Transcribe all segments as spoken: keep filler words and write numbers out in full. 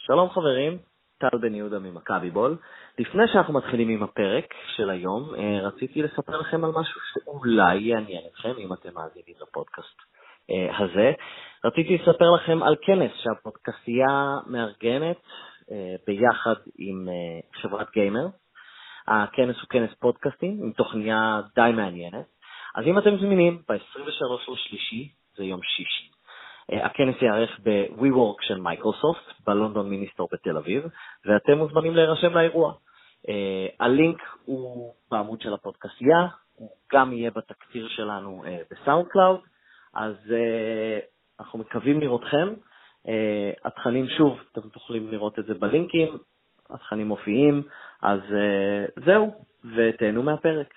שלום חברים, טל בן יהודה ממכבי בול. לפני שאנחנו מתחילים עם הפרק של היום, רציתי לספר לכם על משהו שאולי יעניין אתכם אם אתם מאזינים לפודקאסט הזה. רציתי לספר לכם על כנס שהפודקאסטייה מארגנת ביחד עם חברת גיימר. הכנס הוא כנס פודקאסטים עם תוכניה די מעניינת. אז אם אתם זמינים, ב-עשרים ושלושה לשלישי, זה יום שישי. הכנס יערך ב-WeWork של מייקרוסופט, בלונדון מיניסטור בתל אביב, ואתם מוזמנים להירשם לאירוע. הלינק הוא בעמוד של הפודקאסטייה, הוא גם יהיה בתקציר שלנו בסאונד קלאוד, אז אנחנו מקווים לראותכם. התכנים, שוב, אתם תוכלים לראות את זה בלינקים, התכנים מופיעים, אז זהו, ותהנו מהפרק.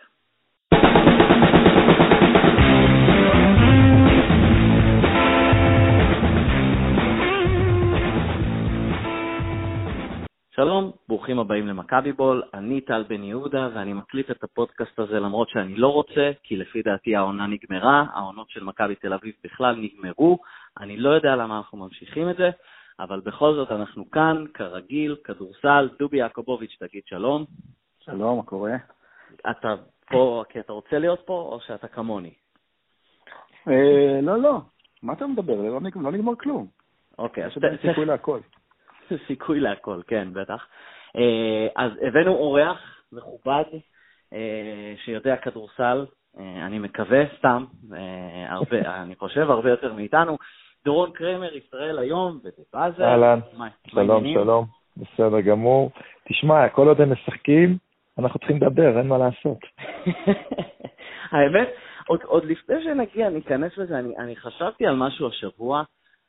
שלום, ברוכים הבאים למכבי בול, אני טל בן יהודה ואני מקליט את הפודקאסט הזה למרות שאני לא רוצה, כי לפי דעתי העונה נגמרה, העונות של מכבי תל אביב בכלל נגמרו, אני לא יודע למה אנחנו ממשיכים את זה, אבל בכל זאת אנחנו כאן, כרגיל, כדורסל, דובי יעקובוביץ', תגיד שלום. שלום, מה קורה? אתה פה כי אתה רוצה להיות פה או שאתה כמוני? אה, לא, לא, מה אתה מדבר? לא נגמר, לא נגמר כלום. אוקיי, יש עדיין סיכוי להכל. סיכוי להכל, כן, בטח. אז הבאנו אורח מכובד שיודע כדורסל, אני מקווה, סתם, הרבה, אני חושב, הרבה יותר מאיתנו. דורון קרמר, ישראל היום, ובאזל. אהלן, שלום, שלום, בסדר גמור. תשמע, כל עוד הם משחקים, אנחנו צריכים לדבר, אין מה לעשות. האמת, עוד, עוד לפני שנגיע, אני אכנס לזה, אני, אני חשבתי על משהו השבוע,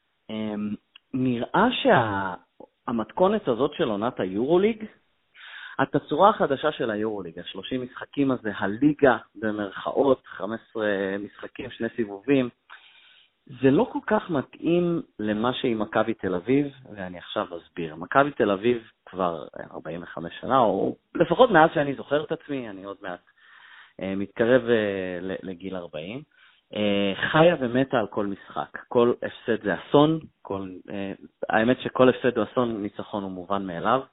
נראה שה... המתכונת הזאת של עונת היורוליג, התצורה החדשה של היורוליג, ה-שלושים משחקים הזה, הליגה במרכאות, חמישה עשר משחקים, שני סיבובים, זה לא כל כך מתאים למה שהיא מכבי תל אביב, ואני עכשיו אסביר. מכבי תל אביב כבר ארבעים וחמש שנה, או לפחות מאז שאני זוכר את עצמי, אני עוד מעט מתקרב לגיל ארבעים, חיה ומתה על כל משחק. כל הפסד זה אסון, כל, האמת שכל הפסד הוא אסון, ניצחון הוא מובן מאליו,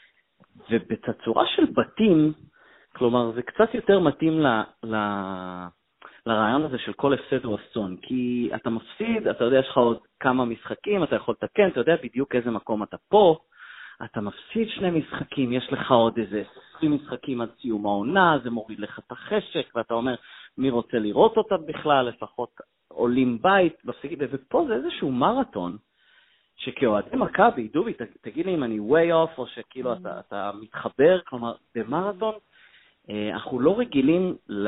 ובתצורה של בתים, כלומר זה קצת יותר מתאים ל, ל, לרעיון הזה של כל הפסד הוא אסון, כי אתה מפסיד, אתה יודע, יש לך עוד כמה משחקים, אתה יכול לתקן, אתה יודע בדיוק איזה מקום אתה פה, אתה מפסיד שני משחקים, יש לך עוד איזה עשרים משחקים עד סיום העונה, זה מוריד לך את החשק, ואתה אומר, מי רוצה לראות אותה בכלל, לפחות עולים בית, ופה זה איזשהו מרתון, שכאוהדי מכבי, דובי, תגיד לי אם אני way off, או שכאילו אתה, אתה מתחבר, כלומר, במרתון, אנחנו לא רגילים ל,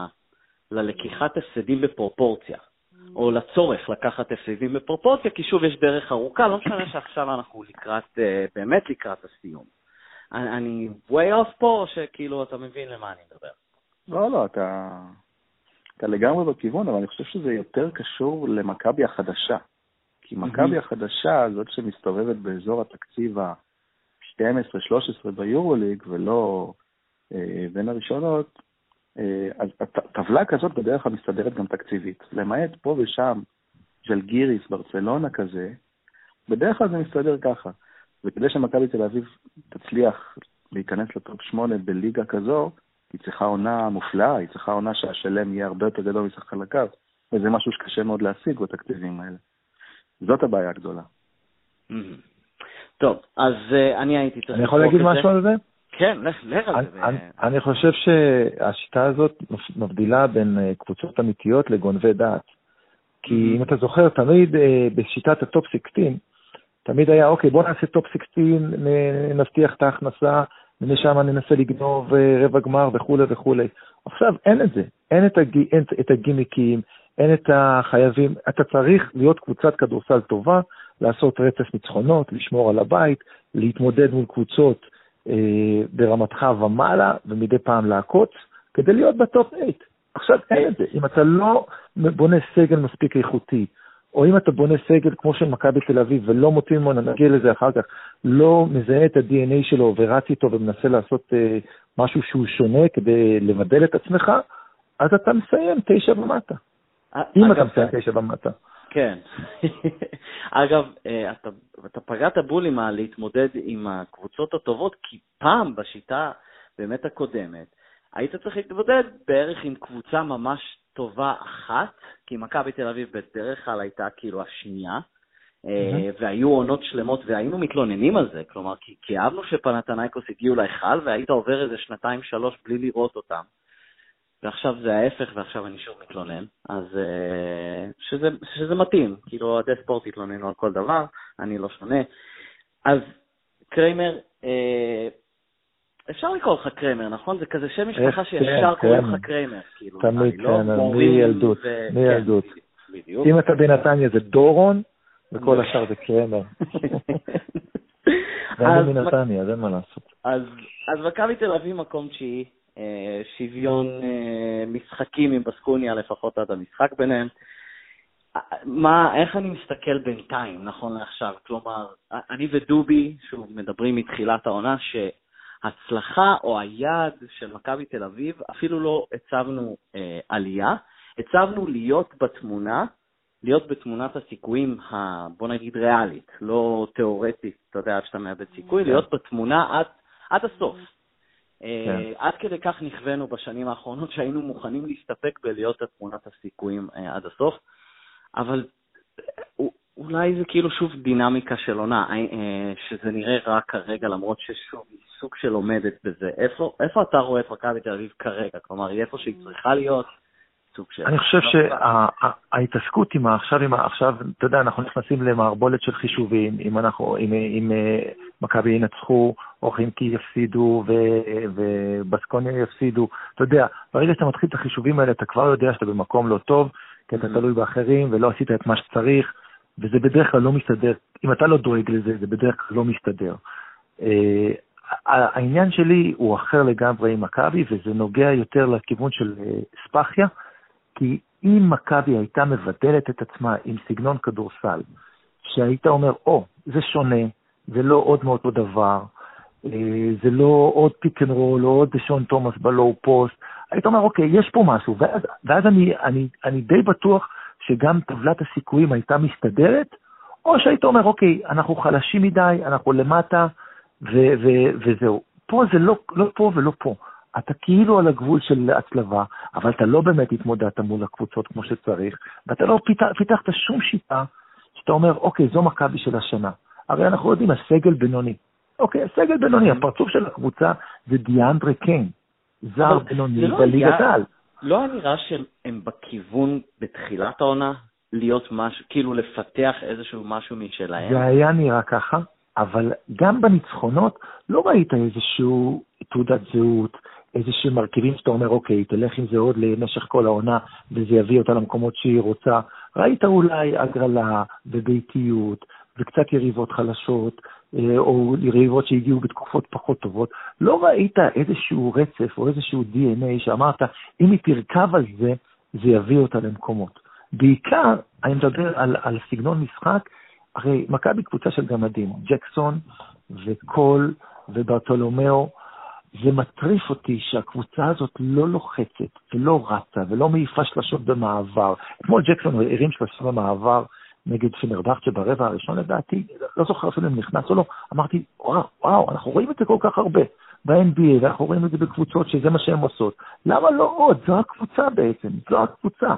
ללקיחת הפסדים בפרופורציה, או לצורך לקחת הפסדים בפרופורציה, כי שוב יש דרך ארוכה, לא משנה שעכשיו אנחנו לקראת, באמת לקראת הסיום. אני, אני way off פה, או שכאילו אתה מבין למה אני מדבר? לא, לא, אתה, אתה לגמרי בכיוון, אבל אני חושב שזה יותר קשור למכבי החדשה. כי מכבי החדשה, זאת שמסתובבת באזור התקציב ה-שתים עשרה שלוש עשרה ביורוליג, ולא אה, בין הראשונות, אה, אז הטבלה כזאת בדרך כלל מסתדרת גם תקציבית. למעט פה ושם של גיריס, ברצלונה כזה, בדרך כלל זה מסתדר ככה. וכדי שמכבי תל אביב תצליח להיכנס לטופ שמונה בליגה כזו, היא צריכה עונה מופלאה, היא צריכה עונה שהשלם יהיה הרבה יותר גדול משחק על הקו, וזה משהו שקשה מאוד להשיג בתקציבים האלה. זאת הבעיה הגדולה. טוב, אז אני הייתי צריך... אני יכול להגיד משהו על זה? כן, לך על זה. אני חושב שהשיטה הזאת מבדילה בין קבוצות אמיתיות לגונבי דעת. כי אם אתה זוכר, תמיד בשיטת הטופ שש עשרה, תמיד היה, אוקיי, בוא נעשה טופ שש עשרה, נבטיח את ההכנסה, ומשם ננסה לגנוב רבע גמר וכו' וכו'. עכשיו אין את זה, אין את, הג... אין את הגימיקים, אין את החייבים, אתה צריך להיות קבוצת כדורסל טובה, לעשות רצף ניצחונות, לשמור על הבית, להתמודד מול קבוצות אה, ברמתך ומעלה, ומדי פעם לעקוץ, כדי להיות בטופ שמונה. עכשיו אין את זה, אם אתה לא בונה סגל מספיק איכותי, או אם אתה בונה סגל כמו של מכבי תל אביב, ולא מוצאים ממנו, נגיע לזה אחר כך, לא מזהה את ה-די אן איי שלו, ורץ איתו ומנסה לעשות אה, משהו שהוא שונה, כדי לבדל את עצמך, אז אתה מסיים תשע במטה. אם אתה מסיים תשע במטה. כן. אגב, אתה, אתה פגעת בול עם להתמודד עם הקבוצות הטובות, כי פעם בשיטה באמת הקודמת, היית צריך להתמודד בערך עם קבוצה ממש טובה אחת, כי מכבי תל אביב בדרך כלל הייתה כאילו השנייה, והיו עונות שלמות, והיינו מתלוננים על זה, כלומר, כי, כי אהבנו שפנתנייקוס הגיעו להיכל, והיית עובר איזה שנתיים שלוש בלי לראות אותם, ועכשיו זה ההפך, ועכשיו אני שוב מתלונן, אז שזה, שזה מתאים, כאילו עדי ספורט התלוננו על כל דבר, אני לא שונה. אז קריימר, אפשר לקרוא לך קריימר, נכון? זה כזה שם משפחה שאפשר קוראים לך קריימר, כאילו. תמיד כן, מילדות, מילדות. אם אתה בנתניה זה דורון, וכל השאר זה קריימר. ואני מנתניה, זה מה לעשות. אז מכבי תל אביב מקום תשיעי, שוויון משחקים עם בסקוניה, לפחות עד המשחק ביניהם. מה, איך אני מסתכל בינתיים, נכון לעכשיו? כלומר, אני ודובי, שוב, מדברים מתחילת העונה, שהצלחה או היעד של מכבי תל אביב, אפילו לא הצבנו אה, עלייה, הצבנו להיות בתמונה, להיות בתמונת הסיכויים, ה, בוא נגיד ריאלית, לא תיאורטית, אתה יודע, עד שאתה מאבד סיכוי, להיות בתמונה עד, עד הסוף. כן. עד כדי כך נכוונו בשנים האחרונות שהיינו מוכנים להסתפק בלהיות את תמונת הסיכויים עד הסוף, אבל אולי זה כאילו שוב דינמיקה של עונה, שזה נראה רק כרגע, למרות ששוב היא סוג של עומדת בזה. איפה, איפה אתה רואה את מכבי תל אביב כרגע? כלומר, היא איפה שהיא צריכה להיות סוג של... אני חושב שההתעסקות עם עכשיו, עם עכשיו, אתה יודע, אנחנו נכנסים למערבולת של חישובים, אם אנחנו, אם, אם מכבי ינצחו, או חינקי יפסידו, ובסקוניה יפסידו, אתה יודע, ברגע שאתה מתחיל את החישובים האלה, אתה כבר יודע שאתה במקום לא טוב, כי אתה תלוי באחרים, ולא עשית את מה שצריך, וזה בדרך כלל לא מסתדר. אם אתה לא דואג לזה, זה בדרך כלל לא מסתדר. העניין שלי הוא אחר לגמרי עם מכבי, וזה נוגע יותר לכיוון של ספחיה, כי אם מכבי הייתה מבדלת את עצמה עם סגנון כדורסל, שהיית אומר, או, זה שונה, זה לא עוד מאותו דבר, זה לא עוד פיק אנד רול, לא עוד שון תומאס בלואו פוסט, היית אומר, אוקיי, יש פה משהו, ואז, ואז אני, אני, אני די בטוח שגם טבלת הסיכויים הייתה מסתדרת, או שהיית אומר, אוקיי, אנחנו חלשים מדי, אנחנו למטה, ו- ו- וזהו. פה זה לא, לא פה ולא פה. אתה כאילו על הגבול של הצלבה, אבל אתה לא באמת התמודדת מול הקבוצות כמו שצריך, ואתה לא פיתח, פיתחת שום שיטה, שאתה אומר, אוקיי, זו מכבי של השנה. הרי אנחנו יודעים, הסגל בינוני. אוקיי, הסגל בינוני, הפרצוף של הקבוצה זה דיאנדרה קיין. זר בינוני בליגת העל. לא נראה שהם בכיוון בתחילת העונה להיות משהו, כאילו לפתח איזשהו משהו משלהם? זה היה נראה ככה, אבל גם בניצחונות לא ראית איזשהו תעודת זהות, איזשהו מרכיבים שאתה אומר, אוקיי, תלך עם זה עוד למשך כל העונה, וזה יביא אותה למקומות שהיא רוצה. ראית אולי הגרלה וביתיות, וקצת יריבות חלשות, או יריבות שהגיעו בתקופות פחות טובות. לא ראית איזשהו רצף או איזשהו די אן איי שאמרת, אם היא תרכב על זה, זה יביא אותה למקומות. בעיקר, אני מדבר על, על סגנון משחק, הרי מכבי קבוצה של גמדים, ג'קסון וקול וברטולומיאו, זה מטריף אותי שהקבוצה הזאת לא לוחצת ולא רצה ולא מעיפה שלשות במעבר. אתמול ג'קסון הרים שלשות במעבר נגד פנרבחצ'ה ברבע הראשון לדעתי, לא זוכר אפילו אם נכנס או לא, אמרתי, וואו, וואו, אנחנו רואים את זה כל כך הרבה ב-אן בי איי, ואנחנו רואים את זה בקבוצות שזה מה שהן עושות. למה לא עוד? זו הקבוצה בעצם, זו הקבוצה.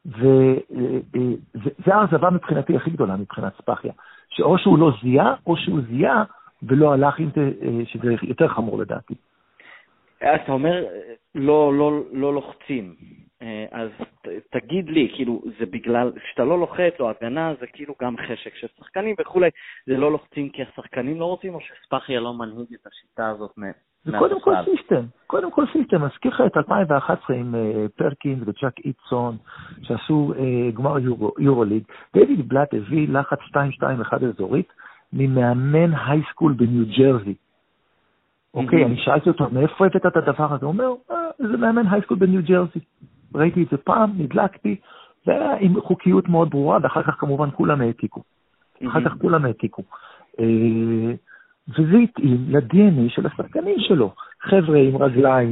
וזה העזבה מבחינתי הכי גדולה מבחינת ספחיה, שאו שהוא לא זיהה, או שהוא זיהה ולא הלך עם זה, שזה יותר חמור לדעתי. אתה אומר, לא, לא, לא לוחצים. אז תגיד לי, כאילו, זה בגלל, כשאתה לא לוחץ או הגנה, זה כאילו גם חשק של שחקנים וכולי, זה לא לוחצים כי השחקנים לא רוצים, או שספחיה לא מנהיג את השיטה הזאת מהספסל? זה קודם כל סיסטם, קודם כל סיסטם, מזכיר לך את אלפיים ואחת עשרה עם פרקינס וצ'אק איטסון, שעשו גמר יורוליג, דיוויד בלאט הביא לחץ שתיים שתיים אחד אזורית, ממאמן הייסקול בניו ג'רזי. אוקיי, אני שאלתי אותו, מאיפה הבאת את הדבר הזה? הוא אומר, זה מאמן הייסקול בניו ג'רזי. ראיתי את זה פעם, נדלקתי, זה היה עם חוקיות מאוד ברורה, ואחר כך כמובן כולם העתיקו. אחר כך כולם העתיקו. וזה התאים ל-די אן איי של השחקנים שלו. חבר'ה עם רגליים,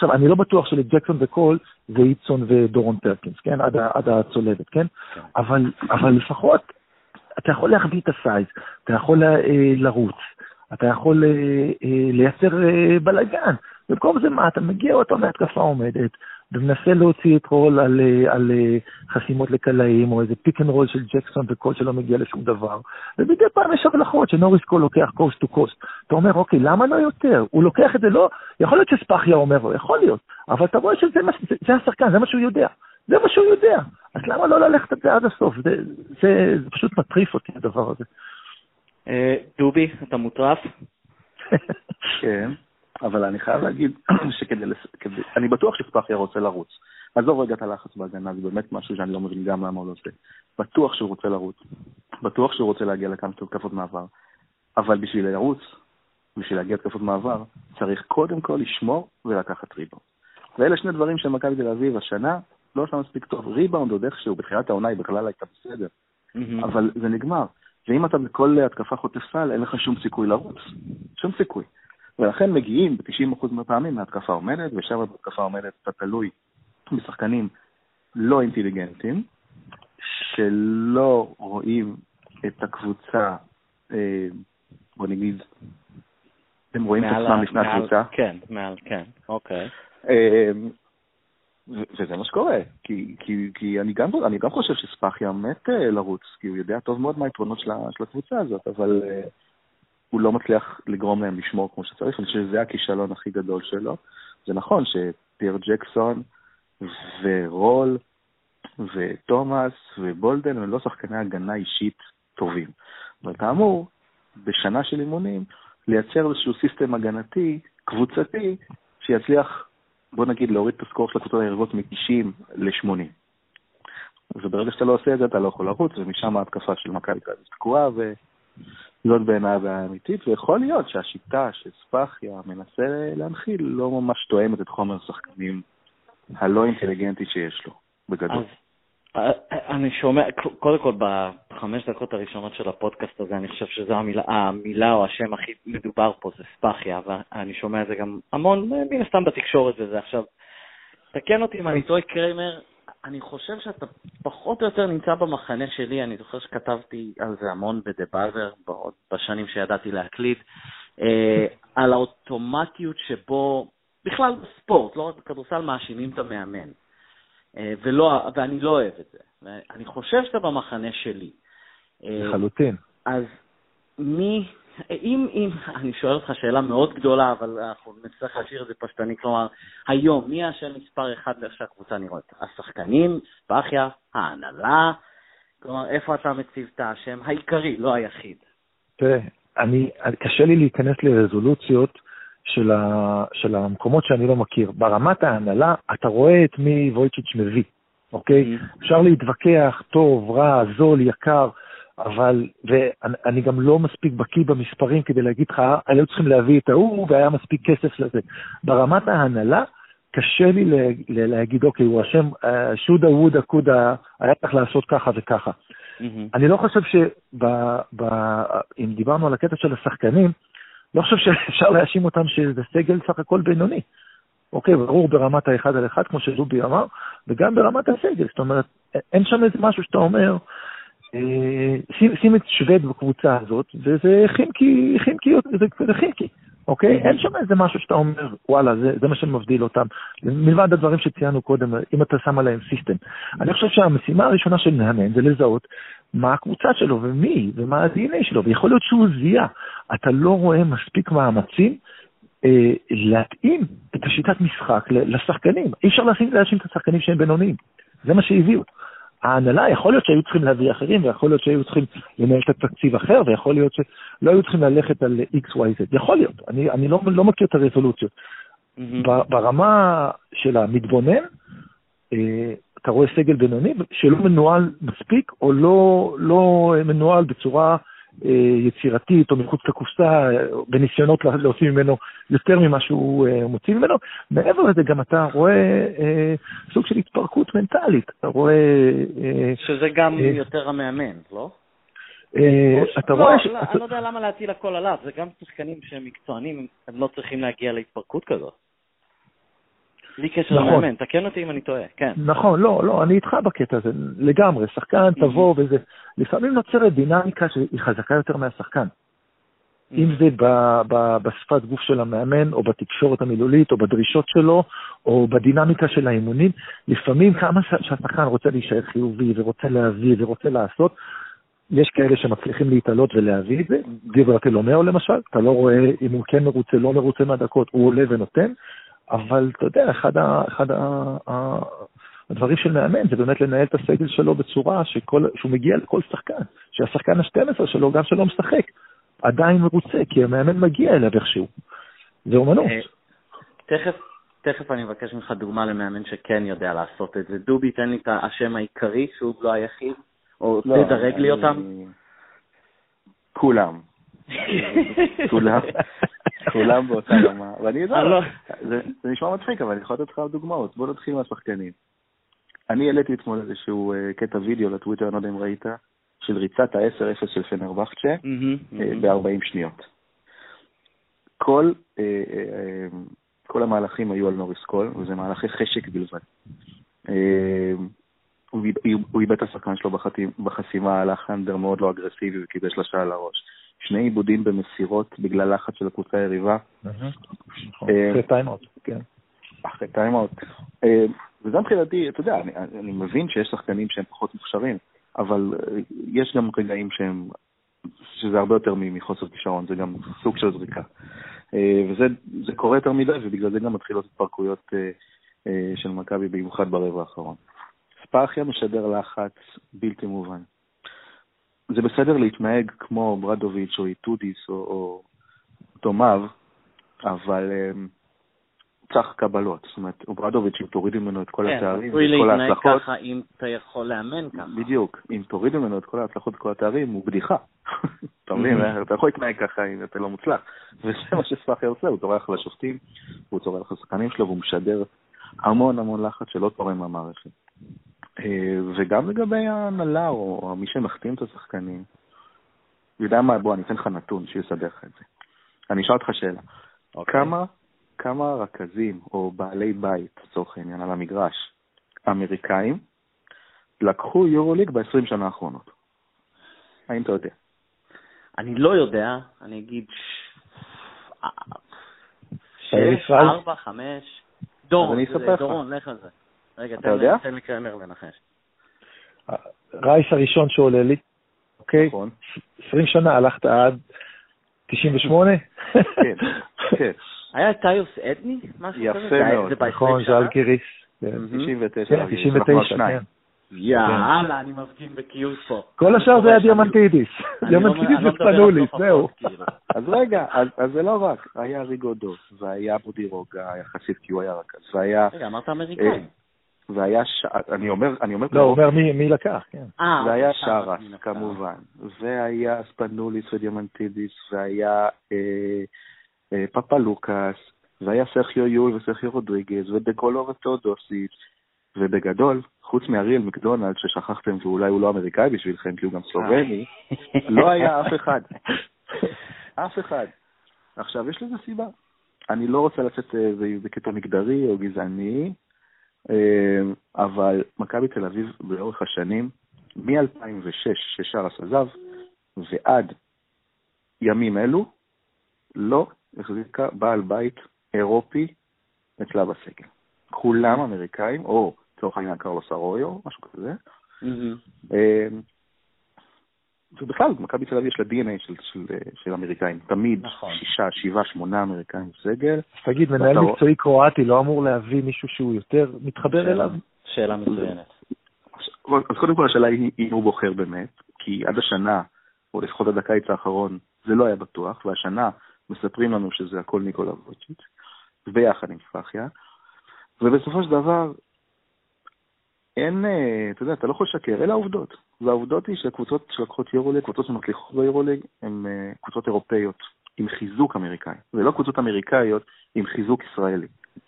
עכשיו, אני לא בטוח שלג'קסון וקול זה איצון ודורון פרקינס, כן? עד, עד הצולבת, כן? כן. אבל, אבל לפחות אתה יכול להחביא את הסייז, אתה יכול אה, לרוץ, אתה יכול אה, אה, לייצר אה, בלגן. במקום זה מה, אתה מגיע אותו מהתקפה עומדת, ומנסה להוציא את רול על, על חסימות לקלעים, או איזה פיק אנד רול של ג'קסון וקול שלא מגיע לשום דבר, ומדי פעם יש הבלחות שנוריס קול לוקח קוסט טו קוסט. אתה אומר, אוקיי, למה לא יותר? הוא לוקח את זה לא, יכול להיות שספחיה אומר לו, יכול להיות, אבל אתה רואה שזה זה, זה השחקן, זה מה שהוא יודע. זה מה שהוא יודע. אז למה לא ללכת את זה עד הסוף? זה, זה, זה פשוט מטריף אותי, הדבר הזה. דובי, אתה מוטרף? כן. אבל אני חייב להגיד שכדי, כדי, אני בטוח שספחיה רוצה לרוץ. עזוב רגע את הלחץ בהגנה, זה באמת משהו שאני לא מבין גם למה הוא לא עושה. בטוח שהוא רוצה לרוץ. בטוח שהוא רוצה להגיע לכמה תקפות מעבר. אבל בשביל לרוץ, בשביל להגיע לתקפות מעבר, צריך קודם כל לשמור ולקחת ריבאונד. ואלה שני דברים שמכבי תל אביב השנה לא שם מספיק טוב. ריבאונד עוד איכשהו, בתחילת העונה היא בכלל הייתה בסדר. Mm-hmm. אבל זה נגמר. ואם אתה בכל התקפה חוטף סל, אין לך שום סיכוי לרוץ. שום סיכוי. ולכן מגיעים ב-תשעים אחוז מהפעמים מהתקפה עומדת, ושם בהתקפה עומדת אתה תלוי בשחקנים לא אינטליגנטים, שלא רואים את הקבוצה, אה, בוא נגיד, הם רואים את עצמם לפני הקבוצה. כן, מעל, כן, אוקיי. אה, וזה מה שקורה, כי, כי, כי אני, גם, אני גם חושב שספחיה מת אה, לרוץ, כי הוא יודע טוב מאוד מה היתרונות של, של הקבוצה הזאת, אבל... אה, הוא לא מצליח לגרום להם לשמור כמו שצריך, אני חושב שזה הכישלון הכי גדול שלו. זה נכון שפיר ג'קסון ורול ותומאס ובולדן הם לא שחקני הגנה אישית טובים. אבל כאמור, בשנה של אימונים, לייצר איזשהו סיסטם הגנתי, קבוצתי, שיצליח, בוא נגיד, להוריד את הסקור של הקבוצות היריבות מ-תשעים ל-שמונים. וברגע שאתה לא עושה את זה, אתה לא יכול לרוץ, ומשם ההתקפה של מכבי תל אביב תקועה, ו... זאת בעיניי הבעיה האמיתית, ויכול להיות שהשיטה שספחיה מנסה להנחיל לא ממש תואמת את חומר השחקנים הלא אינטליגנטי שיש לו, בגדול. אז אני שומע, קודם כל בחמש דקות הראשונות של הפודקאסט הזה, אני חושב שזו המילה, המילה או השם הכי מדובר פה, זה ספחיה, ואני שומע את זה גם המון, מן הסתם בתקשורת וזה. עכשיו, תקן אותי אם אני טועה, קריימר, אני חושב שאתה פחות או יותר נמצא במחנה שלי, אני זוכר שכתבתי על זה המון בדבאזר, בשנים שידעתי להקליט, אה, על האוטומטיות שבו, בכלל בספורט, לא רק בכדורסל, מאשימים את המאמן. אה, ולא, ואני לא אוהב את זה. אני חושב שאתה במחנה שלי. לחלוטין. אה, אז מי... אם, אם, אני שואל אותך שאלה מאוד גדולה, אבל אנחנו נצטרך להשאיר את זה פשטני, כלומר, היום, מי השם מספר אחד שהקבוצה נראית? השחקנים, ספחיה, ההנהלה, כלומר, איפה אתה מציב את השם העיקרי, לא היחיד? תראה, אני, קשה לי להיכנס לרזולוציות של, ה, של המקומות שאני לא מכיר. ברמת ההנהלה, אתה רואה את מי וויצ'יץ' מביא, אוקיי? Mm-hmm. אפשר להתווכח, טוב, רע, זול, יקר, אבל, ואני גם לא מספיק בקיא במספרים כדי להגיד לך, היו צריכים להביא את ההוא, והיה מספיק כסף לזה. ברמת ההנהלה, קשה לי להגיד, אוקיי, הוא השם, שודה, וודה, קודה, היה צריך לעשות ככה וככה. Mm-hmm. אני לא חושב שאם דיברנו על הקטע של השחקנים, לא חושב שאפשר להאשים אותם שזה סגל סך הכל בינוני. אוקיי, ברור ברמת האחד על אחד, כמו שדובי אמר, וגם ברמת הסגל. זאת אומרת, אין שם איזה משהו שאתה אומר, שים, שים את שווד בקבוצה הזאת, וזה חימקי, חימקי, זה, זה חימקי, אוקיי? אין שם איזה משהו שאתה אומר, וואלה, זה, זה מה שמבדיל אותם. מלבד הדברים שציינו קודם, אם אתה שם עליהם סיסטם. אני חושב שהמשימה הראשונה של מאמן זה לזהות מה הקבוצה שלו ומי, ומה ה-די אן איי שלו, ויכול להיות שהוא זיהה. אתה לא רואה מספיק מאמצים אה, להתאים את השיטת משחק לשחקנים. אי אפשר להאשים את השחקנים שהם בינוניים. זה מה שהביאו. ההנהלה, יכול להיות שהיו צריכים להביא אחרים, ויכול להיות שהיו צריכים לנהל את התקציב אחר, ויכול להיות שלא היו צריכים ללכת על איקס וואי זד. יכול להיות, אני, אני לא, לא מכיר את הרזולוציות. Mm-hmm. ברמה של המתבונן, אה, אתה רואה סגל בינוני, שלא מנוהל מספיק, או לא, לא מנוהל בצורה אה, יצירתית, או מחוץ לקופסה, בניסיונות להוציא ממנו יותר ממה שהוא אה, מוציא ממנו. מעבר לזה גם אתה רואה אה, סוג של התפרקות מנטלית. אתה רואה... אה, שזה גם אה, יותר המאמן, לא? אה, אתה לא, רואה... לא, אני לא יודע למה להטיל הכל עליו. זה גם שחקנים שהם מקצוענים, הם לא צריכים להגיע להתפרקות כזאת. בלי קשר למאמן, תקן אותי אם אני טועה, כן. נכון, לא, לא, אני איתך בקטע הזה, לגמרי, שחקן תבוא וזה, לפעמים נוצרת דינמיקה שהיא חזקה יותר מהשחקן. אם זה בשפת גוף של המאמן, או בתקשורת המילולית, או בדרישות שלו, או בדינמיקה של האימונים, לפעמים כמה שהשחקן רוצה להישאר חיובי, ורוצה להביא, ורוצה לעשות, יש כאלה שמצליחים להתעלות ולהביא את זה, דיבר תלומאו למשל, אתה לא רואה אם הוא כן מרוצה, לא מרוצה מהדקות, הוא עולה ונותן, אבל אתה יודע, אחד, ה, אחד ה, ה, הדברים של מאמן זה באמת לנהל את הסגל שלו בצורה שכל, שהוא מגיע לכל שחקן, שהשחקן ה-שתים עשרה שלו, גם שלא משחק, עדיין מרוצה, כי המאמן מגיע אליו איכשהו. זה אומנות. תכף, תכף אני מבקש ממך דוגמה למאמן שכן יודע לעשות את זה. דובי, תן לי את השם העיקרי, שהוא לא היחיד, או לא, תדרג לי אותם. אני... כולם. כולם. כולם באותה רמה. ואני יודע, זה, זה נשמע מצחיק, אבל אני יכול לתת לך דוגמאות. בוא נתחיל מהשחקנים. אני העליתי אתמול איזשהו קטע וידאו לטוויטר, אני לא יודע אם ראית, של ריצת ה-עשר אפס של פנרבחצ'ה ב-ארבעים שניות. כל, כל המהלכים היו על נוריס קול, וזה מהלכי חשק בלבד. הוא איבד את השחקן שלו בחסימה, הלך אנדר מאוד לא אגרסיבי וקיבל שלושה על הראש. שני עיבודים במסירות בגלל לחץ של הקבוצה היריבה. אחרי טיימאוט, כן. אחרי טיימאוט. וזה מבחינתי, אתה יודע, אני מבין שיש שחקנים שהם פחות מוכשרים, אבל יש גם רגעים שהם, שזה הרבה יותר מחוסר כישרון, זה גם סוג של זריקה. וזה זה קורה יותר מדי, ובגלל זה גם מתחילות התפרקויות של מכבי, במיוחד ברבע האחרון. ספאחיה משדר לחץ בלתי מובן. זה בסדר להתנהג כמו ברדוביץ' או איטודיס או, או תומב, אבל צריך קבלות. זאת אומרת, ברדוביץ', אם תוריד ממנו את כל כן, התארים, ואת כל ההצלחות. כן, ככה אם אתה יכול לאמן ככה. בדיוק. אם תוריד ממנו את כל ההצלחות וכל התארים, הוא בדיחה. אתה מבין? אתה יכול להתנהג ככה אם אתה לא מוצלח. וזה מה שספאחיה עושה, הוא צורח לשופטים, הוא צורח לשחקנים שלו, והוא משדר המון המון לחץ שלא תורם מהמערכת. וגם לגבי ההנהלה, או מי שמחתים את השחקנים, יודע מה, בוא, אני אתן לך נתון שיסדר לך את זה. אני אשאל אותך שאלה. Okay. כמה, כמה רכזים או בעלי בית, לצורך העניין, על המגרש, אמריקאים, לקחו יורוליג ב-עשרים שנה האחרונות? האם אתה יודע? אני לא יודע, אני אגיד שש, ארבע, חמש, דורון, דורון, לך על זה. רגע, תן לי קרמר לנחש. רייס הראשון שעולה לי, אוקיי? נכון. עשרים שנה, הלכת עד תשעים ושמונה? כן, כן. היה טיוס אתני? יפה מאוד. נכון, ז'לגיריס. תשעים ותשע. תשעים ותשע, כן. יאללה, אני מפגין בקיוט פה. כל השאר זה היה דיאמנטידיס. דיאמנטידיס ופנוליס, זהו. אז רגע, אז זה לא רק, היה ריגודו, והיה בודירוגה, יחסית כי הוא היה רכז, והיה... רגע, אמרת אמריקאים. והיה, אני אומר, אני אומר... לא, הוא אומר מי לקח, כן. והיה שרס, כמובן, והיה ספנוליס ודיאמנטידיס, והיה פאפה לוקאס, והיה סרחיו יול וסרחיו רודריגז, ודקולו ותאודוסיץ', ובגדול, חוץ מאריאל מקדונלד, ששכחתם ואולי הוא לא אמריקאי בשבילכם, כי הוא גם סלובני, לא היה אף אחד. אף אחד. עכשיו, יש לזה סיבה. אני לא רוצה לצאת בקטע מגדרי או גזעני, אבל מכבי תל אביב באורך השנים, מ-אלפיים ושש ששרס עזב, ועד ימים אלו, לא החזיקה בעל בית אירופי אצלה בסגל. כולם אמריקאים, או צורך העניין קרלוס ארויו, משהו כזה. ובכלל, מכבי תל אביב יש לה די אן איי של, של, של אמריקאים. תמיד נכון. שישה, שבעה, שמונה אמריקאים בסגל. תגיד, מנהל ואתה... מקצועי קרואטי לא אמור להביא מישהו שהוא יותר מתחבר שאלה, אליו? שאלה מצוינת. אז קודם כל השאלה היא אם הוא בוחר באמת, כי עד השנה, או לפחות עד הקיץ האחרון, זה לא היה בטוח, והשנה מספרים לנו שזה הכל ניקולה וויצ'יץ', ביחד עם ספאחיה, ובסופו של דבר, אין, אתה יודע, אתה לא יכול לשקר, אלה העובדות. והעובדות היא שהקבוצות שלקחות יורוליג, קבוצות שמתליחות ביורוליג, הן קבוצות אירופאיות עם חיזוק אמריקאי. זה לא קבוצות אמריקאיות עם חיזוק ישראלי.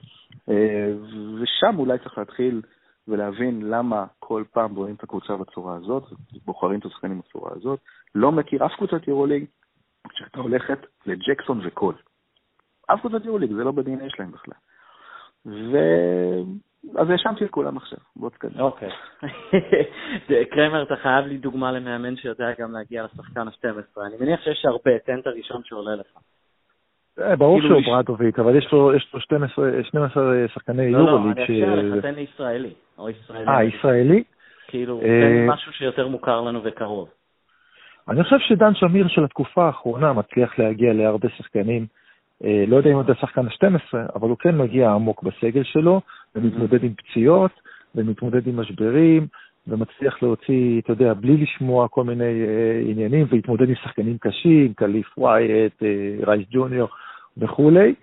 ושם אולי צריך להתחיל ולהבין למה כל פעם בונים את הקבוצה בצורה הזאת, בוחרים את השחקנים בצורה הזאת. לא מכיר אף קבוצת יורוליג שאתה הולכת לג'קסון וקול. אף קבוצת יורוליג, זה לא ב-די אן איי שלהם בכלל. ו... אז האשמתי את כולם עכשיו, בוא תקדם. אוקיי. קרמר, אתה חייב לי דוגמה למאמן שיודע גם להגיע לשחקן ה-שתים עשרה. אני מניח שיש הרבה, תן את הראשון שעולה לך. ברור שהוא ברדוביץ', אבל יש לו שתים עשרה שחקני יורוליג. לא, לא, אני אפשר לך, תן לי ישראלי. אה, ישראלי? כאילו, תן משהו שיותר מוכר לנו וקרוב. אני חושב שדן שמיר של התקופה האחרונה מצליח להגיע להרבה שחקנים. לא יודע אם הוא שחקן ה-שתים עשרה, אבל הוא כן מגיע עמוק בסגל שלו, ומתמודד עם פציעות, ומתמודד עם משברים, ומצליח להוציא, אתה יודע, בלי לשמוע כל מיני עניינים, והתמודד עם שחקנים קשים, קליף ווייט, רייס ג'וניור וכולי.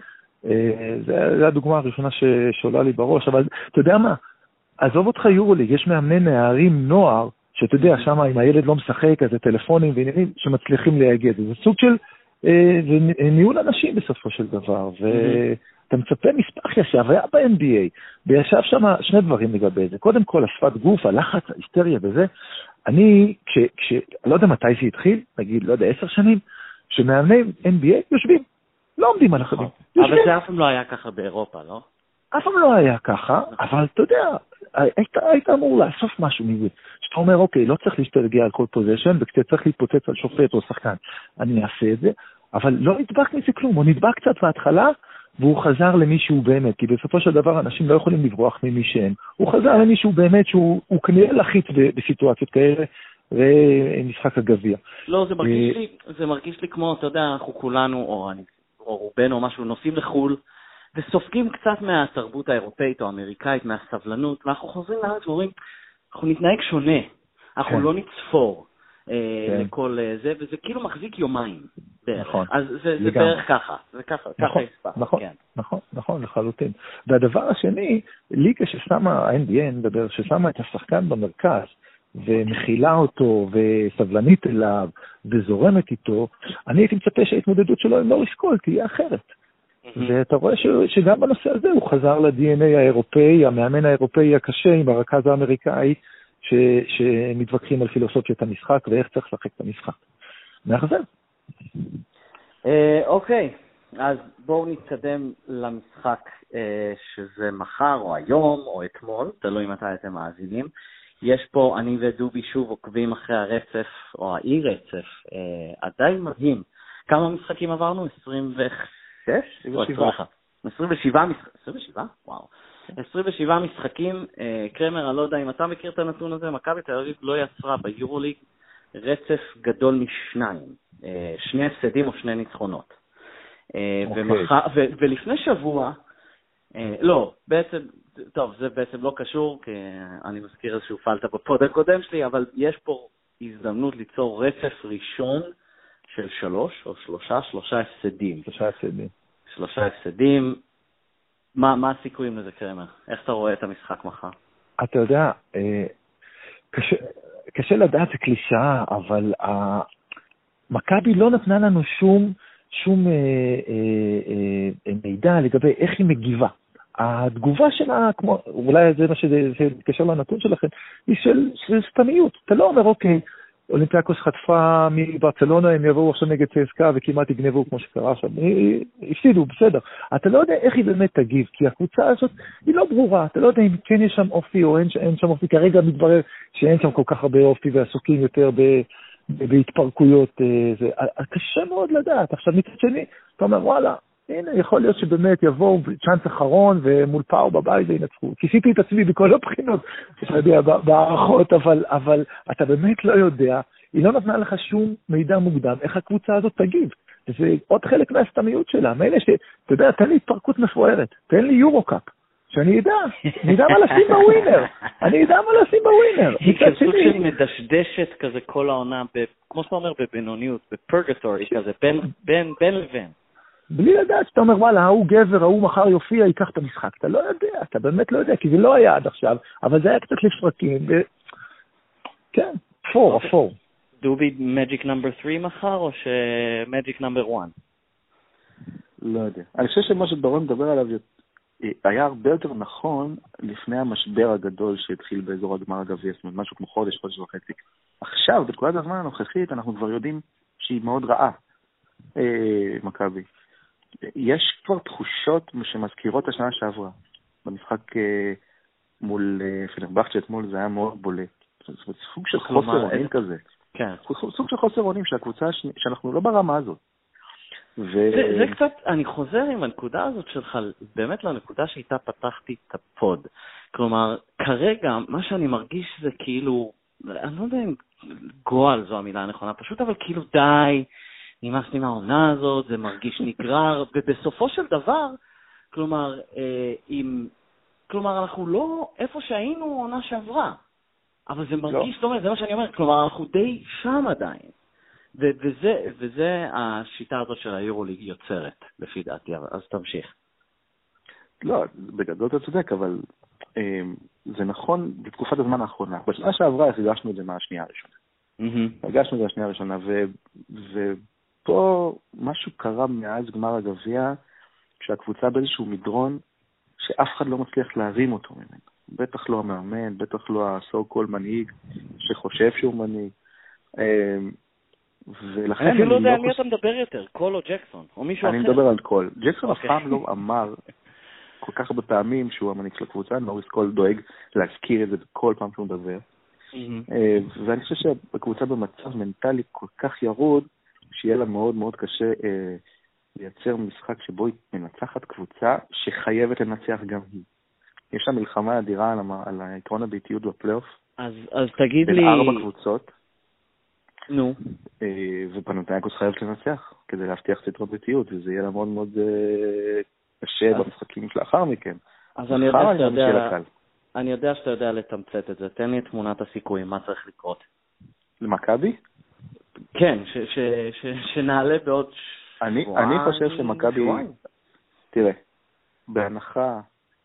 זה הדוגמה הראשונה שעולה לי בראש, אבל אתה יודע מה? עזוב אותך יורוליג, יש מאמני נערים נוער, שאתה יודע, שם אם הילד לא משחק, אז זה טלפונים ועניינים שמצליחים להגיע. זה סוג של זה ניהול אנשים בסופו של דבר, ואתה מצפה מספחיה שעברה ב-אן בי איי, וישב שם שני דברים לגבי זה. קודם כל, השפת גוף, הלחץ, ההיסטריה וזה. אני, כש, כש, לא יודע מתי זה התחיל, נגיד, לא יודע, עשר שנים, שמאמני אן בי איי יושבים, לא עומדים על החדים. אבל זה אף פעם לא היה ככה באירופה, לא? אף פעם לא היה ככה, אבל אתה יודע, היית, היית אמור לאסוף משהו מזה. שאתה אומר, אוקיי, לא צריך להשתגע על כל פוזיישן, וכשאתה צריך להתפוצץ על שופט או שחקן, אני אעשה את זה, אבל לא נדבק מזה כלום, הוא נדבק קצת בהתחלה, והוא חזר למישהו באמת, כי בסופו של דבר אנשים לא יכולים לברוח ממי שהם. הוא חזר למישהו באמת שהוא כנראה לחיץ בסיטואציות כאלה, ומשחק הגביע. לא, זה מרגיש לי, זה מרגיש לי כמו, אתה יודע, אנחנו כולנו, או אני, או רובנו, או משהו, נוסעים לחול, וסופגים קצת מהתרבות האירופאית או האמריקאית, מהסבלנות, ואנחנו חוזרים לארץ ואומרים, אנחנו נתנהג שונה, אנחנו לא נצפור לכל זה, וזה כאילו מחזיק יומיים בערך. אז זה בערך ככה, זה ככה, ככה יספר. נכון, נכון, נכון, לחלוטין. והדבר השני, ליגה ששמה, ה-אן בי איי מדבר, ששמה את השחקן במרכז, ומכילה אותו, וסבלנית אליו, וזורמת איתו, אני הייתי מצפה שההתמודדות שלו עם לוריס קול תהיה אחרת. ואתה רואה ש, שגם בנושא הזה הוא חזר ל-די אן איי האירופאי, המאמן האירופאי הקשה עם הרכז האמריקאי, ש, שמתווכחים על פילוסופיית המשחק ואיך צריך לשחק את המשחק. מאחזר. אוקיי, אז בואו נתקדם למשחק שזה מחר או היום או אתמול, תלוי מתי אתם מאזינים. יש פה, אני ודובי שוב עוקבים אחרי הרצף או האי רצף, עדיין מדהים. כמה משחקים עברנו? עשרים ושש? עשרים ושבע משחקים. עשרים ושבע? וואו. עשרים ושבע משחקים. קרמר, אני לא יודע אם אתה מכיר את הנתון הזה, מכבי תל אביב לא יצרה ביורוליג רצף גדול משניים. שני הפסדים או שני ניצחונות. ולפני שבוע, לא, בעצם, טוב, זה בעצם לא קשור, כי אני מזכיר איזשהו פלטה בפוד הקודם שלי, אבל יש פה הזדמנות ליצור רצף ראשון של שלוש, או שלושה, שלושה הפסדים. שלושה הפסדים. שלושה הפסדים. מה, מה הסיכויים לזה, קרמר? איך אתה רואה את המשחק מחר? אתה יודע, קשה, קשה לדעת, זה קלישאה, אבל מכבי לא נתנה לנו שום, שום אה, אה, אה, מידע לגבי איך היא מגיבה. התגובה שלה, כמו, אולי זה מה שקשר לנתון שלכם, היא של, של סתמיות. אתה לא אומר, אוקיי, אולימפיאקוס חטפה מברצלונה, הם יבואו עכשיו נגד צסקה וכמעט יגנבו כמו שקרה עכשיו. הפסידו, בסדר. אתה לא יודע איך היא באמת תגיב, כי הקבוצה הזאת היא לא ברורה. אתה לא יודע אם כן יש שם אופי או אין, אין שם אופי. כרגע מתברר שאין שם כל כך הרבה אופי ועסוקים יותר ב, ב, בהתפרקויות. זה, קשה מאוד לדעת. עכשיו מצד שני, אתה אומר, וואלה, הנה, יכול להיות שבאמת יבואו צ'אנס אחרון ומול פאו בבית וינצחו. כיסיתי את עצמי בכל הבחינות, אתה יודע, בערכות, אבל, אבל אתה באמת לא יודע, היא לא נתנה לך שום מידע מוקדם, איך הקבוצה הזאת תגיב. זה עוד חלק מהסתמיות שלה. מאלה ש, אתה יודע, תן לי התפרקות מפוארת, תן לי יורו-קאפ, שאני ידע, אני ידע מה לשים בווינר, אני ידע מה לשים בווינר. היא כסוג של מדשדשת כזה כל העונה, כמו שאתה אומר, בבינוניות, בפרגטורי כזה, בין לבין. בלי לדעת שאתה אומר, וואלה, ההוא גבר, ההוא מחר יופיע, ייקח את המשחק. אתה לא יודע, אתה באמת לא יודע, כי זה לא היה עד עכשיו, אבל זה היה קצת לפרקים. ו... כן, פור, הפור. דובי, מג'יק נאמבר שלוש מחר, או שמג'יק נאמבר אחת? לא יודע. אני חושב שמה שדורון מדבר עליו היה הרבה יותר נכון לפני המשבר הגדול שהתחיל באזור הגמר הגביע, זאת אומרת, משהו כמו חודש, חודש וחצי. עכשיו, בתקופת הזמן הנוכחית, אנחנו כבר יודעים שהיא מאוד רעה, מכבי. יש כבר תחושות שמזכירות השנה שעברה. במשחק מול פנרבחצ'ה אתמול זה היה מאוד בולט. זה סוג של חוסר אונים כזה. כן. סוג של חוסר אונים שהקבוצה, שאנחנו לא ברמה הזאת. זה, זה קצת, אני חוזר עם הנקודה הזאת שלך, באמת לנקודה שאיתה פתחתי את הפוד. כלומר, כרגע, מה שאני מרגיש זה כאילו, אני לא יודע אם גועל זו המילה הנכונה, פשוט, אבל כאילו די, נמאס לי מהעונה הזאת, זה מרגיש נגרר, ובסופו של דבר, כלומר, אה, עם, כלומר, אנחנו לא איפה שהיינו עונה שעברה, אבל זה מרגיש, לא. דומה, זה מה שאני אומר, כלומר, אנחנו די שם עדיין. וזה, וזה השיטה הזאת של היורוליג יוצרת, לפי דעתי, אז תמשיך. לא, בגדול אתה צודק, אבל אה, זה נכון בתקופת הזמן האחרונה. בשנה שעברה הרגשנו את זה מהשנייה הראשונה. Mm-hmm. הרגשנו את זה מהשנייה הראשונה, ו, ופה משהו קרה מאז גמר הגביע, כשהקבוצה באיזשהו מדרון, שאף אחד לא מצליח להרים אותו ממנו. בטח לא המאמן, בטח לא הסו-קול מנהיג, שחושב שהוא מנהיג. אה, ולכן אני לא יודע על מי אתה מדבר יותר, קול או ג'קסון, או מישהו אחר. אני מדבר על קול. ג'קסון אף פעם לא אמר כל כך הרבה פעמים שהוא המנהיג של הקבוצה, נוריס קול דואג להזכיר את זה כל פעם שהוא מדבר. ואני חושב שהקבוצה במצב מנטלי כל כך ירוד, שיהיה לה מאוד מאוד קשה לייצר משחק שבו היא מנצחת קבוצה שחייבת לנצח גם היא. יש לה מלחמה אדירה על העקרון הביתיות בפלייאוף. אז תגיד לי... בין ארבע קבוצות. נו. ופנתנייקוס חייבת לנצח, כדי להבטיח סדרת ביתיות, וזה יהיה לה מאוד מאוד קשה במשחקים שלאחר מכן. אז אני יודע שאתה יודע, אני יודע שאתה יודע לתמצת את זה. תן לי את תמונת הסיכויים, מה צריך לקרות. למכבי? כן, שנעלה בעוד שבועיים. אני חושב שמכבי... תראה, בהנחה...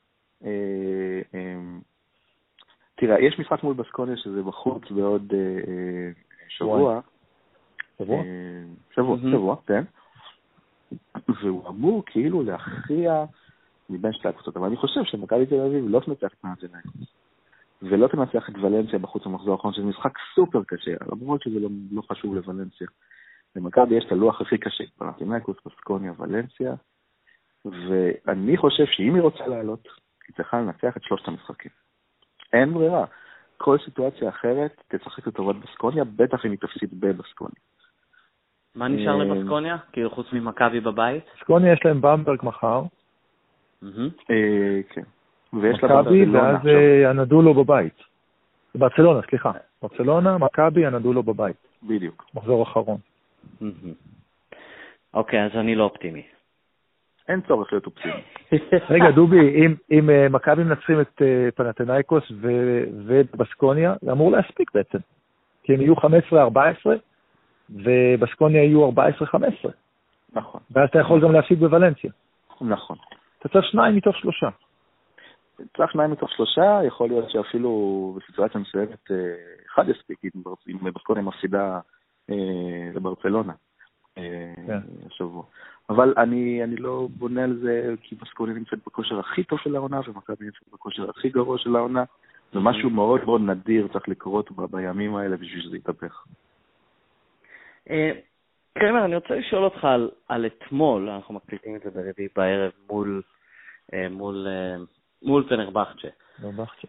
תראה, יש משחק מול בסקוניה שזה בחוץ בעוד... שבוע, שבוע, שבוע, שבוע, כן. והוא אמור כאילו להכריע מבין שתי הקבוצות, אבל אני חושב שמכבי תל אביב לא תנצח את פנתנייקוס, ולא תנצח את ולנסיה בחוץ המחזור האחרון, שזה משחק סופר קשה, למרות שזה לא, לא חשוב לוולנסיה. למכבי יש את הלוח הכי קשה, פנתנייקוס, בסקוניה, ולנסיה, ואני חושב שאם היא רוצה לעלות, היא צריכה לנצח את שלושת המשחקים. אין ברירה. כל סיטואציה אחרת תצחק לטובת בסקוניה, בטח אם היא תפסיד בבסקוניה. מה נשאר לבסקוניה? כאילו חוץ ממכבי בבית? בסקוניה יש להם במברג מחר. כן. מכבי ואז אנדולו בבית. ברצלונה, סליחה. ברצלונה, מכבי, אנדולו בבית. בדיוק. מחזור אחרון. אוקיי, אז אני לא אופטימי. אין צורך להיות אופטימי. רגע, דובי, אם, אם uh, מכבי מנצחים את uh, פנתנייקוס ו- ואת בסקוניה, זה אמור להספיק בעצם. כי הם יהיו חמש עשרה ארבע עשרה, ובסקוניה יהיו ארבע עשרה חמש עשרה. נכון. ואז אתה יכול גם להפסיד בוולנסיה. נכון. אתה צריך שניים מתוך שלושה. צריך שניים מתוך שלושה, יכול להיות שאפילו בסיטואציה מסוימת אחד יספיק, אם בסקוניה מפסידה אה, לברצלונה. כן. השבוע. אבל אני, אני לא בונה על זה, כי בסקוניה נמצאת בכושר הכי טוב של העונה, ומכבי נמצאת בכושר הכי גרוע של העונה, זה משהו מאוד מאוד נדיר צריך לקרות בימים האלה בשביל שזה יתהפך. קרמר, אני רוצה לשאול אותך על, על אתמול, אנחנו מקליטים את זה ברביעי בערב מול, מול, מול פנרבחצ'ה. פנרבחצ'ה.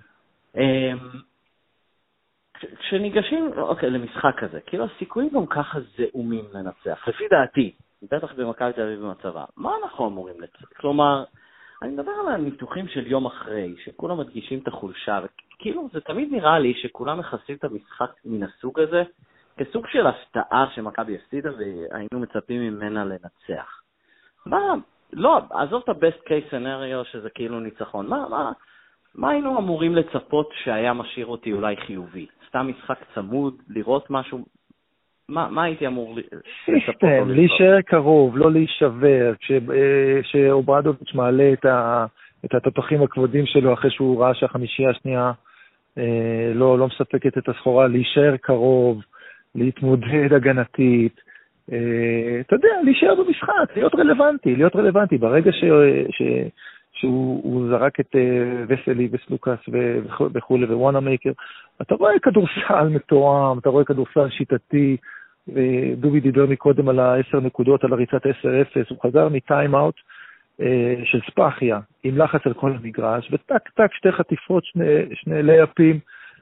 כשניגשים אוקיי, למשחק הזה, כאילו הסיכויים גם ככה זעומים לנצח, לפי דעתי, בטח במכבי תל אביב במצבה, מה אנחנו אמורים לצאת? כלומר, אני מדבר על הניתוחים של יום אחרי, שכולם מדגישים את החולשה, וכאילו זה תמיד נראה לי שכולם מכסים את המשחק מן הסוג הזה, כסוג של הפתעה שמכבי הפסידה והיינו מצפים ממנה לנצח. מה, לא, עזוב את ה-best case scenario שזה כאילו ניצחון, מה, מה, מה היינו אמורים לצפות שהיה משאיר אותי אולי חיובי? סתם משחק צמוד, לראות משהו, מה, מה הייתי אמור לצפות? להישאר קרוב, לא להישבר, כשאוברדוביץ' מעלה את, ה, את התותחים הכבודים שלו אחרי שהוא ראה שהחמישייה השנייה לא, לא מספקת את הסחורה, להישאר קרוב, להתמודד הגנתית, אתה יודע, להישאר במשחק, להיות רלוונטי, להיות רלוונטי, ברגע ש... ש שהוא זרק את וסלי וסלוקס וכו' ווואנה מייקר, אתה רואה כדורסל מתואם, אתה רואה כדורסל שיטתי, ודובי דיבר מקודם על העשר נקודות, על הריצת עשר אפס, הוא חזר מטיים אאוט של ספחיה, עם לחץ על כל המגרש, וטק טק שתי חטיפות, שני, שני לייפים,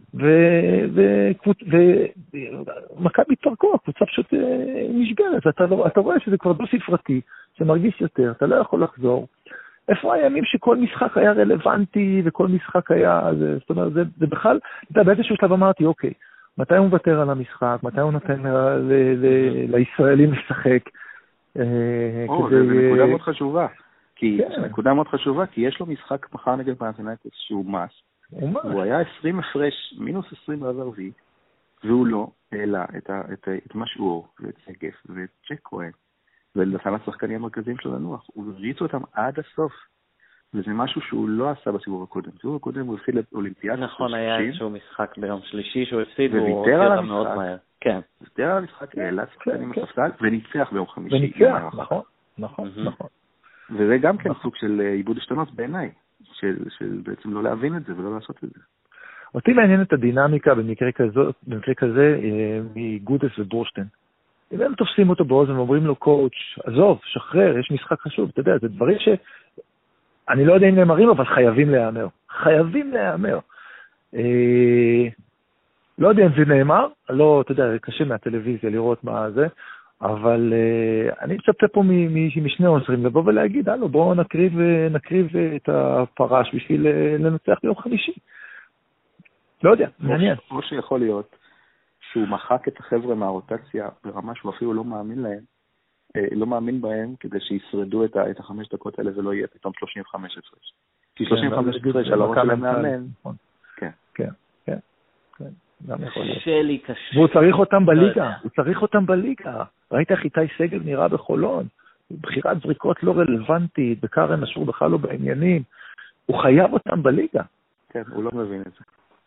ומכבי תרקו, הקבוצה פשוט נשברת, אתה, לא, אתה רואה שזה כבר דו ספרתי, זה מרגיש יותר, אתה לא יכול לחזור. איפה הימים שכל משחק היה רלוונטי, וכל משחק היה, זה, זאת אומרת, זה, זה בכלל, אתה באיזשהו שלב אמרתי, אוקיי, מתי הוא מוותר על המשחק, מתי הוא נותן ל, ל, ל, לישראלים לשחק. או, זה נקודה מאוד חשובה, כי נקודה מאוד חשובה, כי יש לו משחק מחר נגד פנתינייקוס שהוא מס, הוא היה עשרים הפרש, מינוס עשרים רבע רביעי, והוא לא העלה את, ה, את, ה, את משעור, ואת סגף, ואת צ'ק כהן, ולדפן השחקנים המרכזיים של הנוח. הוא הריץ אותם עד הסוף, וזה משהו שהוא לא עשה בסיבוב הקודם. בסיבוב הקודם הוא הפסיד לאולימפיאדה. נכון, היה איזשהו משחק ביום שלישי שהוא הפסיד, והוא הוציא אותם מאוד מהר. כן. ויתר על המשחק, העלה שחקנים הספסל, וניצח ביום חמישי. וניצח, נכון, נכון, נכון. וזה גם כן סוג של עיבוד השתנות בעיניי. של, של בעצם לא להבין את זה ולא לעשות את זה. אותי מעניין את הדינמיקה במקרה כזה, במקרה כזה מגודס ובורשטיין. אם הם תופסים אותו באוזן ואומרים לו, קואוץ', עזוב, שחרר, יש משחק חשוב, אתה יודע, זה דברים ש... אני לא יודע אם נאמרים, אבל חייבים להיאמר. חייבים להיאמר. אה... לא יודע אם זה נאמר, לא, אתה יודע, קשה מהטלוויזיה לראות מה זה, אבל uh, אני מצפה פה משני עוזרים לבוא ולהגיד, הלו, בואו נקריב, נקריב את הפרש בשביל לנצח ביום חמישי. לא יודע, מעניין. או שיכול להיות שהוא מחק את החבר'ה מהרוטציה ברמה שהוא אפילו לא מאמין להם, לא מאמין בהם כדי שישרדו את, את החמש דקות האלה ולא יהיה פתאום שלושים וחמש הפרש. כי שלושים וחמש הפרש על הראש של המאמן. כן, כן, כן. גם יכול להיות. קשה לי, קשה. והוא צריך אותם בליגה, הוא צריך אותם בליגה. ראית איך איתי סגל נראה בחולון? בחירת זריקות לא רלוונטית, בקרן אשור בכלל לא בעניינים. הוא חייב אותם בליגה. כן, הוא לא מבין את זה.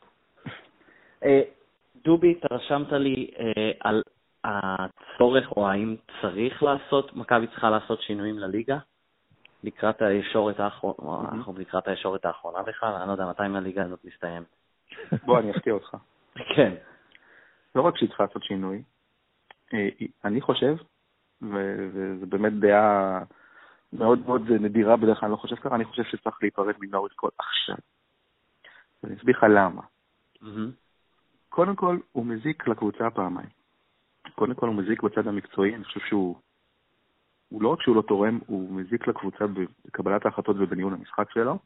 דובי, אתה רשמת לי על הצורך, או האם צריך לעשות, מכבי צריכה לעשות שינויים לליגה? לקראת הישורת האחרונה, אנחנו לקראת הישורת האחרונה בכלל, אני לא יודע מתי מהליגה הזאת מסתיים. בוא, אני אפתיע אותך. כן. לא רק שהיא צריכה לעשות שינוי, אני חושב, וזה באמת דעה מאוד מאוד נדירה בדרך כלל, אני לא חושב ככה, אני חושב שצריך להיפרד מנוריס קול עכשיו. ואני אסביר לך למה. קודם כל, הוא מזיק לקבוצה פעמיים. קודם כל, הוא מזיק בצד המקצועי, אני חושב שהוא, הוא לא רק שהוא לא תורם, הוא מזיק לקבוצה בקבלת ההחלטות ובניהול המשחק שלו,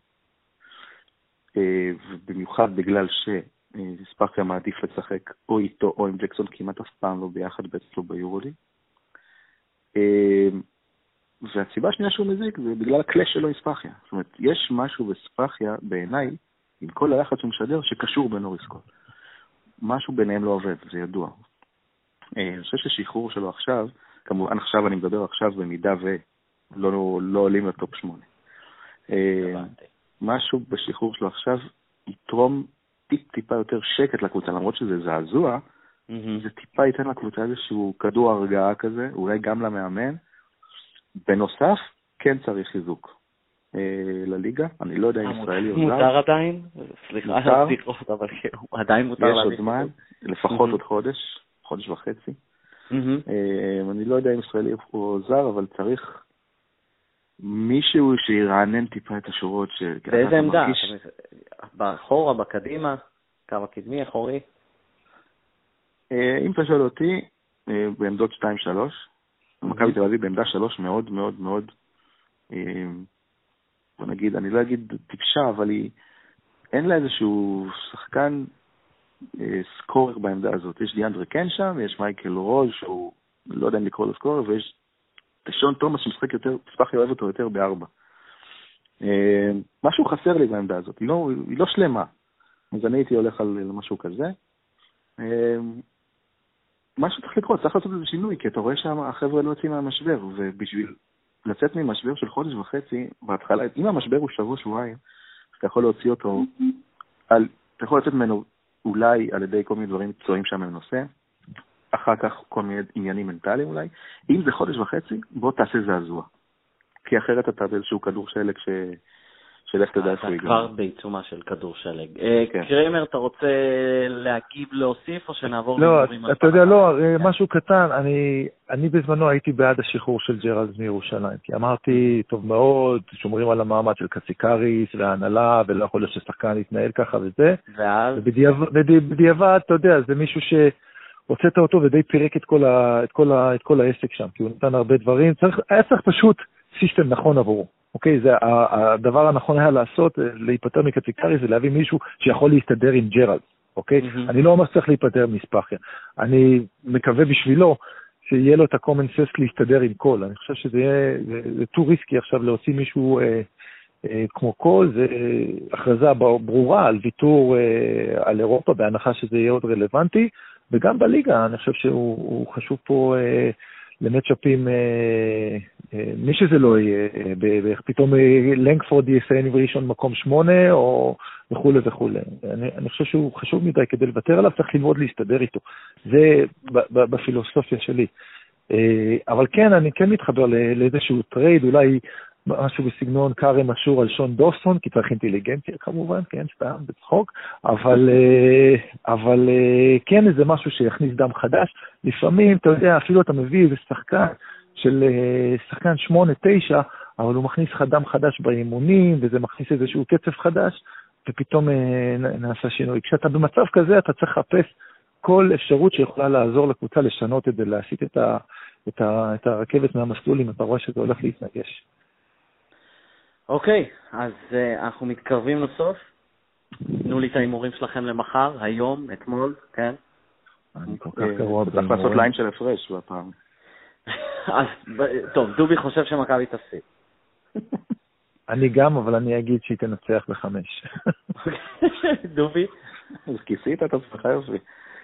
ובמיוחד בגלל שספריה מעדיף לשחק או איתו או עם ג'קסון, כמעט אף פעם לא ביחד בעצמו ביורוליג. והסיבה השנייה שהוא מזיק זה בגלל הקלאש שלו עם ספריה. זאת אומרת, יש משהו בספריה בעיניי, עם כל הלחץ שהוא משדר, שקשור בנוריס קול. משהו ביניהם לא עובד, זה ידוע. אני חושב ששחרור שלו עכשיו, כמובן עכשיו אני מדבר עכשיו במידה ולא לא עולים לטופ שמונה. משהו בשחרור שלו עכשיו יתרום טיפ טיפה יותר שקט לקבוצה, למרות שזה זעזוע, זה טיפה ייתן לקבוצה איזשהו כדור הרגעה כזה, אולי גם למאמן. בנוסף, כן צריך חיזוק לליגה, אני לא יודע אם ישראלי או זר. מותר עדיין? סליחה, אבל עדיין מותר. יש עוד זמן, לפחות עוד חודש, חודש וחצי. אני לא יודע אם ישראלי או זר, אבל צריך מישהו שירענן טיפה את השורות. באיזה עמדה? באחורה, בקדימה, קו הקדמי, אחורי? אם אתה שואל אותי, בעמדות שתיים שלוש, מכבי תל אביב בעמדה שלוש מאוד מאוד מאוד, בוא נגיד, אני לא אגיד טיפשה, אבל היא, אין לה איזשהו שחקן סקורר בעמדה הזאת. יש דיאנדרה קן שם, יש מייקל רוז, שהוא לא יודע אם לקרוא לו סקורר, ויש שון תומאס שמשחק יותר, ספחי אוהב אותו יותר בארבע. משהו חסר לי בעמדה הזאת, היא לא, היא לא שלמה. אז אני הייתי הולך על משהו כזה. מה שצריך לקרות, צריך לעשות איזה שינוי, כי אתה רואה שהחבר'ה לא יוצאים מהמשבר, ובשביל לצאת ממשבר של חודש וחצי, בהתחלה, אם המשבר הוא שבוע, שבועיים, אתה יכול להוציא אותו, על, אתה יכול לצאת ממנו אולי על ידי כל מיני דברים מקצועיים שם בנושא, אחר כך כל מיני עניינים מנטליים אולי. אם זה חודש וחצי, בוא תעשה זעזוע. כי אחרת אתה באיזשהו כדור שלג ש... שלך תדע אתה כבר בעיצומה של כדור שלג. קריימר, אתה רוצה להגיב להוסיף, או שנעבור? לא, אתה יודע, לא, משהו קטן, אני בזמנו הייתי בעד השחרור של ג'רלד מירושלים, כי אמרתי, טוב מאוד, שומרים על המעמד של קציקריס וההנהלה, ולא יכול להיות ששחקן יתנהל ככה וזה. ובדיעבד, אתה יודע, זה מישהו שהוצאת אותו ודי פירק את כל העסק שם, כי הוא נתן הרבה דברים, היה צריך פשוט סיסטם נכון עבורו. אוקיי, זה הדבר הנכון היה לעשות, להיפטר מקציקרי, זה להביא מישהו שיכול להסתדר עם ג'רלד, אוקיי? Mm-hmm. אני לא אומר שצריך להיפטר מספחיה. אני מקווה בשבילו שיהיה לו את ה-common sense להסתדר עם קול. אני חושב שזה יהיה, זה, זה too risky עכשיו להוציא מישהו אה, אה, כמו קול, זה הכרזה ברורה על ויתור אה, על אירופה, בהנחה שזה יהיה עוד רלוונטי, וגם בליגה, אני חושב שהוא חשוב פה אה, למצ'אפים, אה, אה, מי שזה לא יהיה, אה, פתאום אה, לנגפורד יסיים ראשון מקום שמונה, או וכו' וכו'. אני, אני חושב שהוא חשוב מדי כדי לוותר עליו, צריך ללמוד להסתדר איתו. זה ב, ב, בפילוסופיה שלי. אה, אבל כן, אני כן מתחבר לאיזשהו טרייד, אולי משהו בסגנון קארם אשור על שון דוסון, כי צריך אינטליגנציה כמובן, כן, סתם בצחוק, אבל, אבל כן, איזה משהו שיכניס דם חדש. לפעמים, אתה יודע, אפילו אתה מביא איזה שחקן של שחקן שמונה, תשע, אבל הוא מכניס לך דם חדש באימונים, וזה מכניס איזשהו קצב חדש, ופתאום נעשה שינוי. כשאתה במצב כזה, אתה צריך לחפש כל אפשרות שיכולה לעזור לקבוצה לשנות את זה, להסיט את, ה, את, ה, את הרכבת מהמסלול, אם אתה רואה שזה הולך להתנגש. אוקיי, אז uh, אנחנו מתקרבים לסוף. תנו לי את האימורים שלכם למחר, היום, אתמול, כן? אני כל כך קרוב. צריך לעשות ליין של הפרש בפעם. אז, טוב, דובי חושב שמכבי תפסיד. אני גם, אבל אני אגיד שהיא תנצח בחמש. דובי? אז כיסית את עצמך יופי.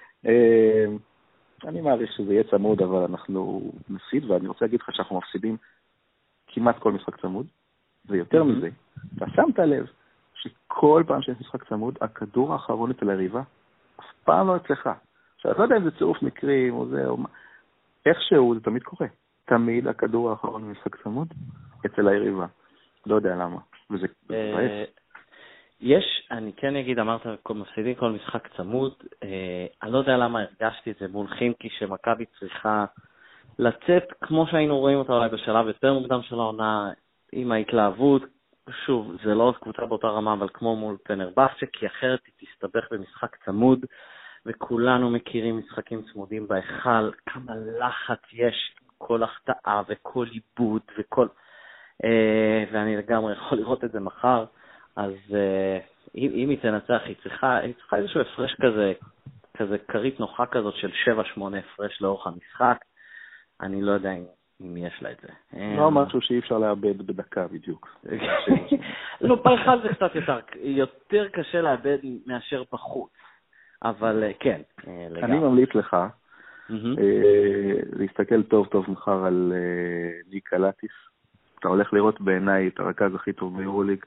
אני מעריך שזה יהיה צמוד, אבל אנחנו נפסיד, ואני רוצה להגיד לך שאנחנו מפסידים כמעט כל משחק צמוד. ויותר מזה, אתה שמת לב שכל פעם שיש משחק צמוד, הכדור האחרון אצל היריבה אף פעם לא אצלך. עכשיו, אני לא יודע אם זה צירוף מקרים או זה, או מה. איכשהו זה תמיד קורה. תמיד הכדור האחרון במשחק צמוד אצל היריבה. לא יודע למה. וזה מבאס. יש, אני כן אגיד, אמרת, מפסידים כל משחק צמוד. אני לא יודע למה הרגשתי את זה מול חימקי, שמכבי צריכה לצאת, כמו שהיינו רואים אותה אולי בשלב יותר מוקדם של העונה, עם ההתלהבות. שוב, זה לא קבוצה באותה רמה, אבל כמו מול פנרבחצ'ה, כי אחרת היא תסתבך במשחק צמוד, וכולנו מכירים משחקים צמודים בהיכל, כמה לחץ יש, כל החטאה וכל עיבוד וכל... אה, ואני לגמרי יכול לראות את זה מחר, אז אה, אם, אם היא תנצח, היא צריכה, היא צריכה איזשהו הפרש כזה, כזה קרית נוחה כזאת של שבע שמונה הפרש לאורך המשחק. אני לא יודע אם... אם יש לה את זה. לא משהו שאי אפשר לאבד בדקה בדיוק. לא, בהיכל זה קצת יותר, יותר קשה לאבד מאשר בחוץ. אבל כן, לגמרי. אני ממליץ לך להסתכל טוב טוב מחר על ניק אלטיס. אתה הולך לראות בעיניי את הרכז הכי טוב ביורוליג,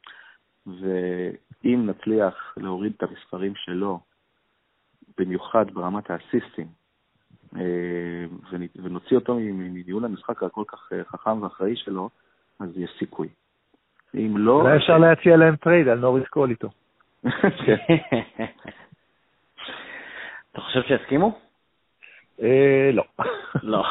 ואם נצליח להוריד את המספרים שלו, במיוחד ברמת האסיסטים, ונוציא אותו מניהול המשחק הכל כך חכם ואחראי שלו, אז יש סיכוי. אם לא... אולי אפשר להציע להם טרייד על נוריס קול איתו. אתה חושב שהסכימו? לא. לא.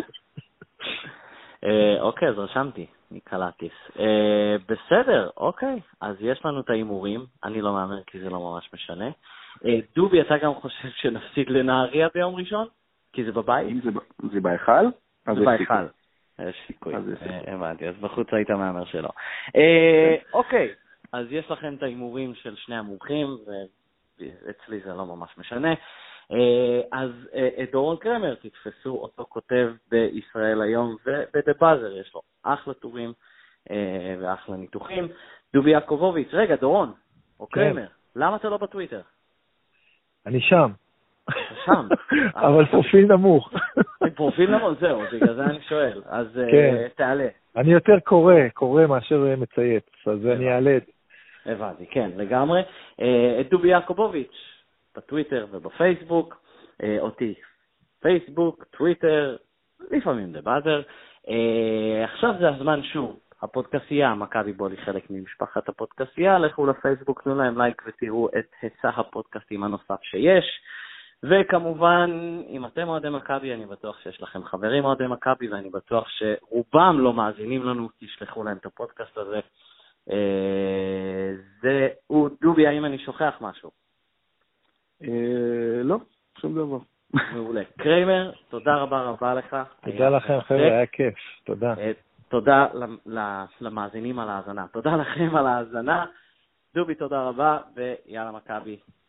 אוקיי, אז רשמתי, ניקלטיס. בסדר, אוקיי, אז יש לנו את האימורים, אני לא מאמר כי זה לא ממש משנה. דובי, אתה גם חושב שנפסיד לנהריה ביום ראשון? כי זה בבית? אם זה בהיכל, זה בהיכל. יש סיכוי. הבנתי, אז בחוץ היית מאמר שלו. אוקיי, אז יש לכם את האימורים של שני המומחים, ואצלי זה לא ממש משנה. אז את דורון קרמר תתפסו, אותו כותב בישראל היום, ובדה באזר יש לו אחלה טורים ואחלה ניתוחים. דובי יעקובוביץ', רגע, דורון, או קרמר, למה אתה לא בטוויטר? אני שם. שם. אבל פרופיל נמוך. פרופיל נמוך, זהו, בגלל זה אני שואל. אז תעלה. אני יותר קורא, קורא מאשר מצייץ, אז אני אעלה את זה. הבנתי, כן, לגמרי. את דובי יעקובוביץ' בטוויטר ובפייסבוק, אותי פייסבוק, טוויטר, לפעמים דה באזר. עכשיו זה הזמן שוב הפודקאסייה, מכבי בולי חלק ממשפחת הפודקאסייה, לכו לפייסבוק, תנו להם לייק ותראו את היצע הפודקאסטים הנוסף שיש. וכמובן, אם אתם אוהדי מכבי, אני בטוח שיש לכם חברים אוהדי מכבי, ואני בטוח שרובם לא מאזינים לנו, תשלחו להם את הפודקאסט הזה. זה, דובי, האם אני שוכח משהו? לא, שום דבר. מעולה. קריימר, תודה רבה רבה לך. תודה לכם, חבר'ה, היה כיף. תודה. תודה למאזינים על ההאזנה. תודה לכם על ההאזנה. דובי, תודה רבה, ויאללה מכבי.